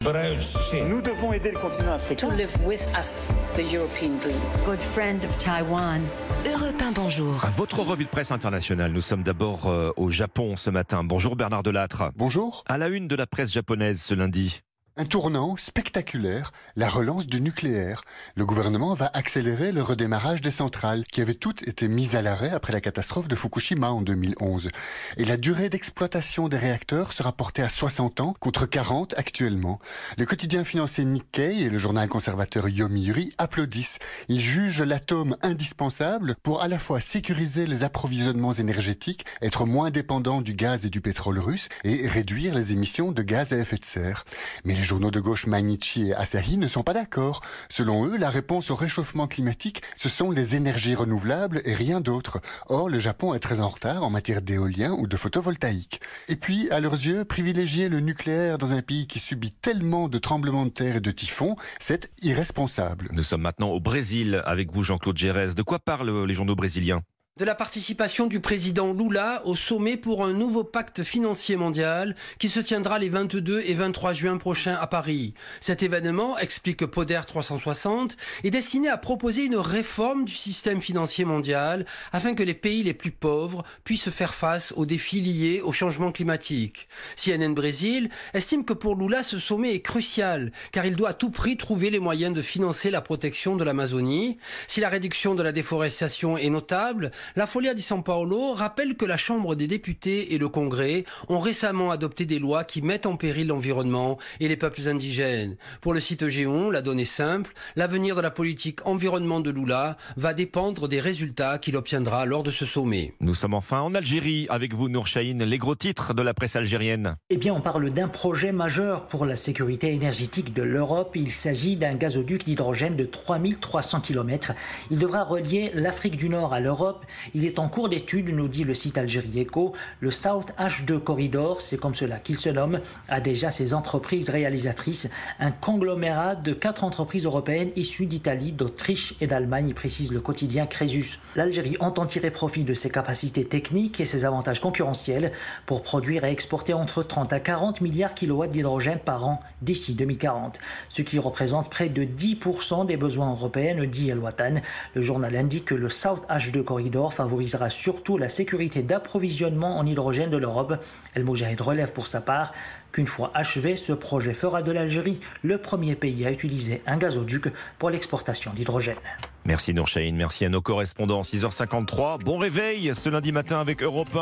Nous devons aider le continent africain. To live with us, the European dream. Good friend of Taiwan. Europe 1, bonjour. Votre revue de presse internationale. Nous sommes d'abord au Japon ce matin. Bonjour Bernard Delattre. Bonjour. À la une de la presse japonaise ce lundi. Un tournant spectaculaire, la relance du nucléaire. Le gouvernement va accélérer le redémarrage des centrales qui avaient toutes été mises à l'arrêt après la catastrophe de Fukushima en 2011. Et la durée d'exploitation des réacteurs sera portée à 60 ans contre 40 actuellement. Le quotidien financier Nikkei et le journal conservateur Yomiuri applaudissent. Ils jugent l'atome indispensable pour à la fois sécuriser les approvisionnements énergétiques, être moins dépendant du gaz et du pétrole russe et réduire les émissions de gaz à effet de serre. Mais les journaux de gauche Mainichi et Asahi ne sont pas d'accord. Selon eux, la réponse au réchauffement climatique, ce sont les énergies renouvelables et rien d'autre. Or, le Japon est très en retard en matière d'éolien ou de photovoltaïque. Et puis, à leurs yeux, privilégier le nucléaire dans un pays qui subit tellement de tremblements de terre et de typhons, c'est irresponsable. Nous sommes maintenant au Brésil avec vous, Jean-Claude Gérès. De quoi parlent les journaux brésiliens ? De la participation du président Lula au sommet pour un nouveau pacte financier mondial qui se tiendra les 22 et 23 juin prochains à Paris. Cet événement, explique Poder 360, est destiné à proposer une réforme du système financier mondial afin que les pays les plus pauvres puissent faire face aux défis liés au changement climatique. CNN Brésil estime que pour Lula, ce sommet est crucial car il doit à tout prix trouver les moyens de financer la protection de l'Amazonie. Si la réduction de la déforestation est notable, la Folha de São Paulo rappelle que la Chambre des députés et le Congrès ont récemment adopté des lois qui mettent en péril l'environnement et les peuples indigènes. Pour le site Géon, la donnée simple, l'avenir de la politique environnement de Lula va dépendre des résultats qu'il obtiendra lors de ce sommet. Nous sommes enfin en Algérie avec vous, Nour Chahine. Les gros titres de la presse algérienne. Eh bien, on parle d'un projet majeur pour la sécurité énergétique de l'Europe. Il s'agit d'un gazoduc d'hydrogène de 3300 km. Il devra relier l'Afrique du Nord à l'Europe. Il est en cours d'étude, nous dit le site Algérie Echo. Le South H2 Corridor, c'est comme cela qu'il se nomme, a déjà ses entreprises réalisatrices. Un conglomérat de 4 entreprises européennes issues d'Italie, d'Autriche et d'Allemagne, précise le quotidien Crésus. L'Algérie entend tirer profit de ses capacités techniques et ses avantages concurrentiels pour produire et exporter entre 30 à 40 milliards kilowatts d'hydrogène par an d'ici 2040, ce qui représente près de 10% des besoins européens, dit El Watan. Le journal indique que le South H2 Corridor favorisera surtout la sécurité d'approvisionnement en hydrogène de l'Europe. El Moujahid relève pour sa part qu'une fois achevé, ce projet fera de l'Algérie le premier pays à utiliser un gazoduc pour l'exportation d'hydrogène. Merci Nour Chahine, merci à nos correspondants. 6h53, bon réveil ce lundi matin avec Europe 1.